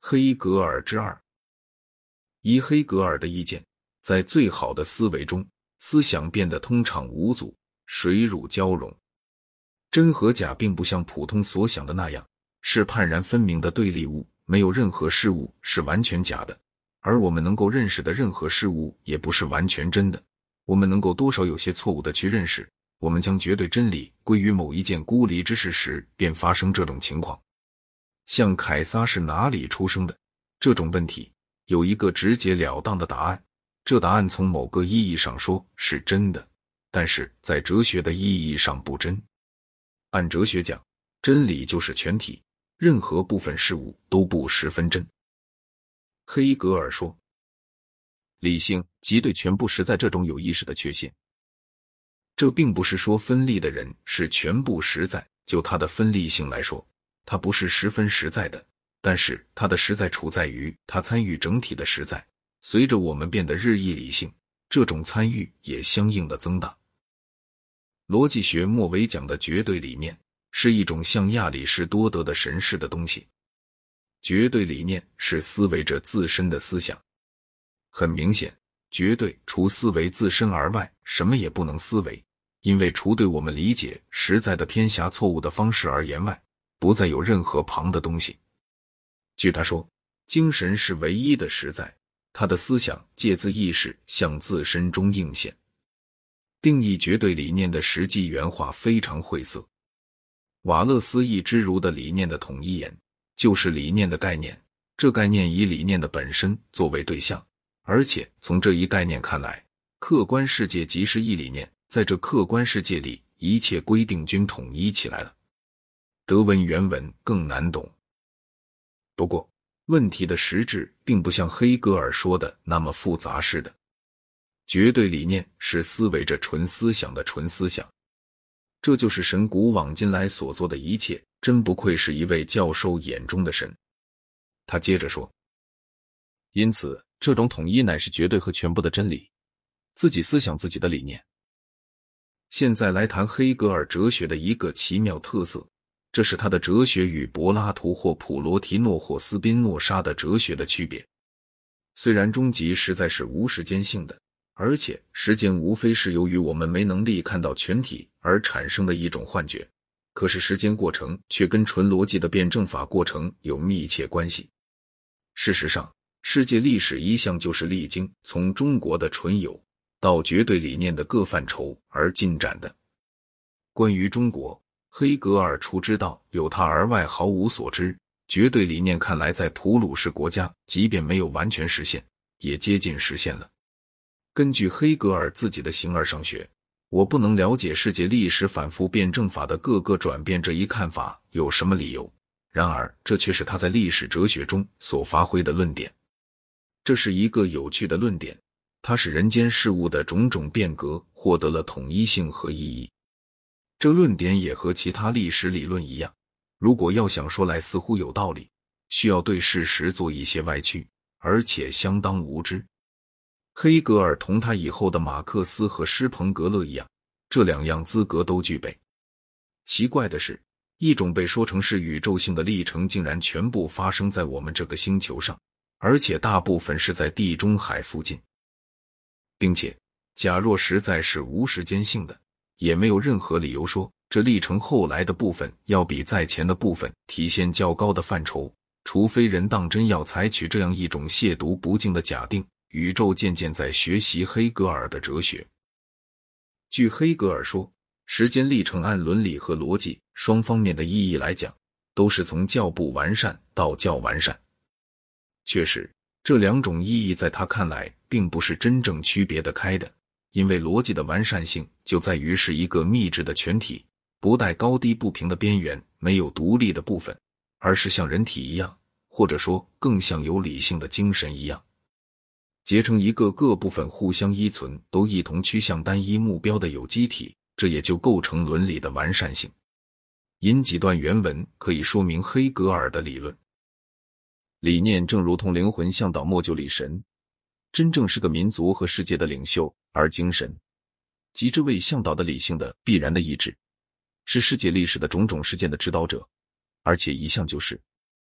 黑格尔之二。依黑格尔的意见，在最好的思维中，思想变得通畅无阻，水乳交融。真和假并不像普通所想的那样，是判然分明的对立物，没有任何事物是完全假的，而我们能够认识的任何事物也不是完全真的。我们能够多少有些错误的去认识，我们将绝对真理归于某一件孤立之事时，便发生这种情况。像凯撒是哪里出生的这种问题，有一个直截了当的答案，这答案从某个意义上说是真的，但是在哲学的意义上不真。按哲学讲，真理就是全体，任何部分事物都不十分真。黑格尔说，理性即对全部实在这种有意识的确信。这并不是说分立的人是全部实在，就他的分立性来说，他不是十分实在的，但是他的实在处在于他参与整体的实在。随着我们变得日益理性，这种参与也相应的增大。逻辑学末尾讲的绝对理念是一种像亚里士多德的神式的东西。绝对理念是思维者自身的思想。很明显，绝对除思维自身而外，什么也不能思维，因为除对我们理解实在的偏狭错误的方式而言外，不再有任何旁的东西。据他说，精神是唯一的实在，他的思想借自意识向自身中映现。定义绝对理念的实际原话非常晦涩。瓦勒斯意之如的理念的统一言，就是理念的概念，这概念以理念的本身作为对象，而且从这一概念看来，客观世界即是一理念，在这客观世界里，一切规定均统一起来了。德文原文更难懂。不过，问题的实质并不像黑格尔说的那么复杂似的。绝对理念是思维着纯思想的纯思想，这就是神古往今来所做的一切，真不愧是一位教授眼中的神。他接着说，因此这种统一乃是绝对和全部的真理，自己思想自己的理念。现在来谈黑格尔哲学的一个奇妙特色，这是他的哲学与柏拉图或普罗提诺或斯宾诺莎的哲学的区别。虽然终极实在是无时间性的，而且时间无非是由于我们没能力看到全体而产生的一种幻觉，可是时间过程却跟纯逻辑的辩证法过程有密切关系。事实上，世界历史一向就是历经从中国的纯有到绝对理念的各范畴而进展的。关于中国，黑格尔除知道有他而外毫无所知，绝对理念看来在普鲁士国家即便没有完全实现，也接近实现了。根据黑格尔自己的形而上学，我不能了解世界历史反复辩证法的各个转变这一看法有什么理由，然而这却是他在历史哲学中所发挥的论点。这是一个有趣的论点，它使人间事物的种种变革获得了统一性和意义。这论点也和其他历史理论一样，如果要想说来似乎有道理，需要对事实做一些歪曲，而且相当无知。黑格尔同他以后的马克思和施彭格勒一样，这两样资格都具备。奇怪的是，一种被说成是宇宙性的历程竟然全部发生在我们这个星球上，而且大部分是在地中海附近。并且，假若实在是无时间性的，也没有任何理由说这历程后来的部分要比在前的部分体现较高的范畴，除非人当真要采取这样一种亵渎不敬的假定。宇宙渐渐在学习黑格尔的哲学。据黑格尔说，时间历程按伦理和逻辑双方面的意义来讲，都是从较不完善到较完善。确实，这两种意义在他看来并不是真正区别得开的，因为逻辑的完善性就在于是一个密制的全体，不带高低不平的边缘，没有独立的部分，而是像人体一样，或者说更像有理性的精神一样，结成一个各部分互相依存，都一同趋向单一目标的有机体，这也就构成伦理的完善性。引几段原文可以说明黑格尔的理论。理念正如同灵魂向导莫就理神，真正是个民族和世界的领袖，而精神即这位向导的理性的必然的意志，是世界历史的种种事件的指导者，而且一向就是。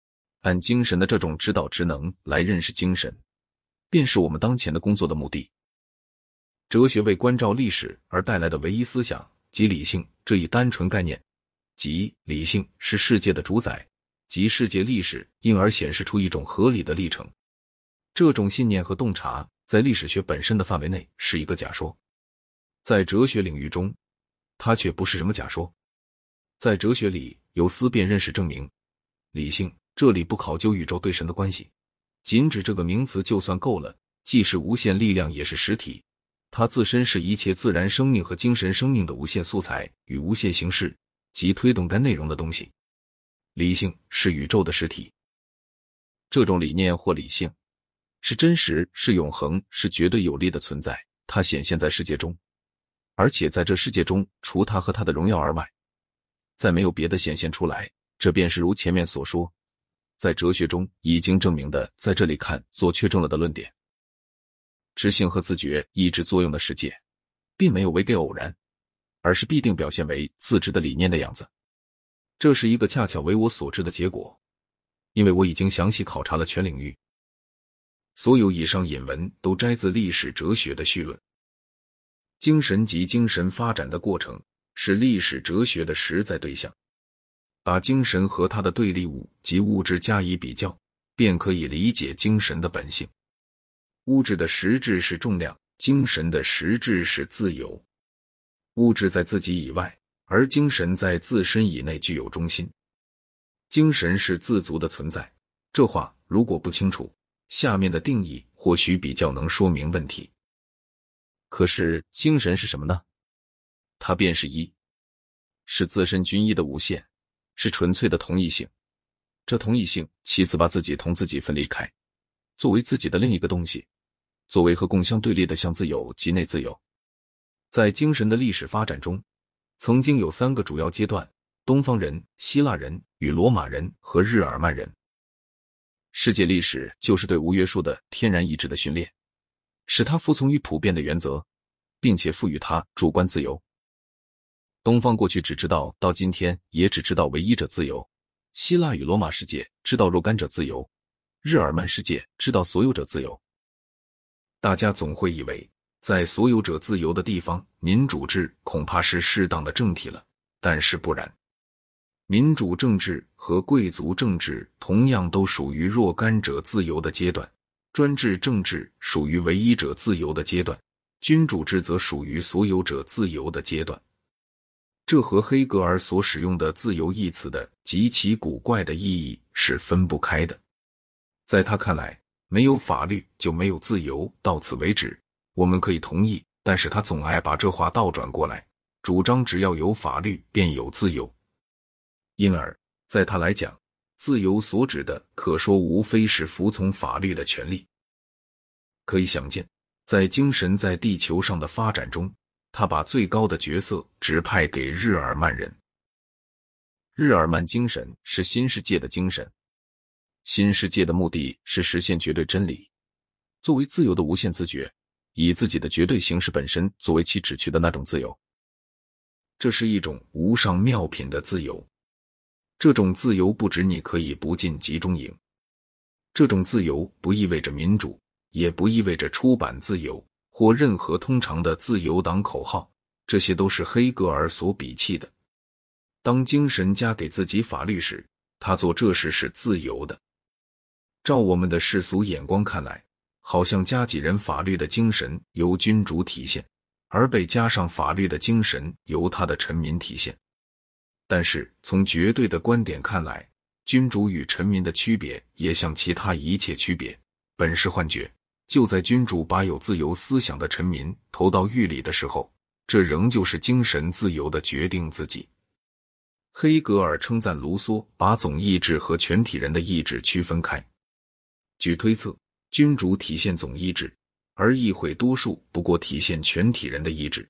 按精神的这种指导职能来认识精神，便是我们当前的工作的目的。哲学为关照历史而带来的唯一思想即理性这一单纯概念，即理性是世界的主宰，即世界历史因而显示出一种合理的历程。这种信念和洞察在历史学本身的范围内是一个假说，在哲学领域中，它却不是什么假说。在哲学里有思辨认识证明，理性这里不考究宇宙对神的关系，仅指这个名词就算够了，既是无限力量也是实体，它自身是一切自然生命和精神生命的无限素材与无限形式及推动该内容的东西。理性是宇宙的实体。这种理念或理性是真实，是永恒，是绝对有力的存在，它显现在世界中，而且在这世界中除它和它的荣耀而外，再没有别的显现出来。这便是如前面所说，在哲学中已经证明的，在这里看做确证了的论点。知性和自觉意志作用的世界并没有为给偶然，而是必定表现为自知的理念的样子。这是一个恰巧为我所知的结果，因为我已经详细考察了全领域。所有以上引文都摘自历史哲学的绪论。精神及精神发展的过程是历史哲学的实在对象。把精神和它的对立物及物质加以比较，便可以理解精神的本性。物质的实质是重量，精神的实质是自由。物质在自己以外，而精神在自身以内具有中心。精神是自足的存在，这话如果不清楚，下面的定义或许比较能说明问题。可是精神是什么呢？它便是一，是自身均一的无限，是纯粹的同一性。这同一性其次把自己同自己分离开，作为自己的另一个东西，作为和共相对立的相自由及内自由。在精神的历史发展中，曾经有三个主要阶段：东方人、希腊人与罗马人和日耳曼人。世界历史就是对无约束的天然意志的训练，使它服从于普遍的原则，并且赋予它主观自由。东方过去只知道到今天也只知道唯一者自由，希腊与罗马世界知道若干者自由，日耳曼世界知道所有者自由。大家总会以为在所有者自由的地方，民主制恐怕是适当的政体了，但是不然。民主政治和贵族政治同样都属于若干者自由的阶段，专制政治属于唯一者自由的阶段，君主制则属于所有者自由的阶段。这和黑格尔所使用的自由一词的极其古怪的意义是分不开的。在他看来，没有法律就没有自由，到此为止，我们可以同意，但是他总爱把这话倒转过来，主张只要有法律便有自由。因而在他来讲，自由所指的可说无非是服从法律的权利。可以想见，在精神在地球上的发展中，他把最高的角色指派给日耳曼人。日耳曼精神是新世界的精神，新世界的目的是实现绝对真理，作为自由的无限自觉，以自己的绝对形式本身作为其指去的那种自由。这是一种无上妙品的自由。这种自由不止你可以不进集中营，这种自由不意味着民主，也不意味着出版自由或任何通常的自由党口号，这些都是黑格尔所鄙弃的。当精神加给自己法律时，他做这事是自由的。照我们的世俗眼光看来，好像加给人法律的精神由君主体现，而被加上法律的精神由他的臣民体现。但是从绝对的观点看来，君主与臣民的区别也像其他一切区别，本是幻觉。就在君主把有自由思想的臣民投到狱里的时候，这仍旧是精神自由的决定自己。黑格尔称赞卢梭把总意志和全体人的意志区分开。据推测，君主体现总意志，而议会多数不过体现全体人的意志。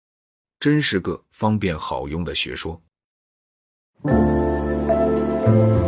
真是个方便好用的学说。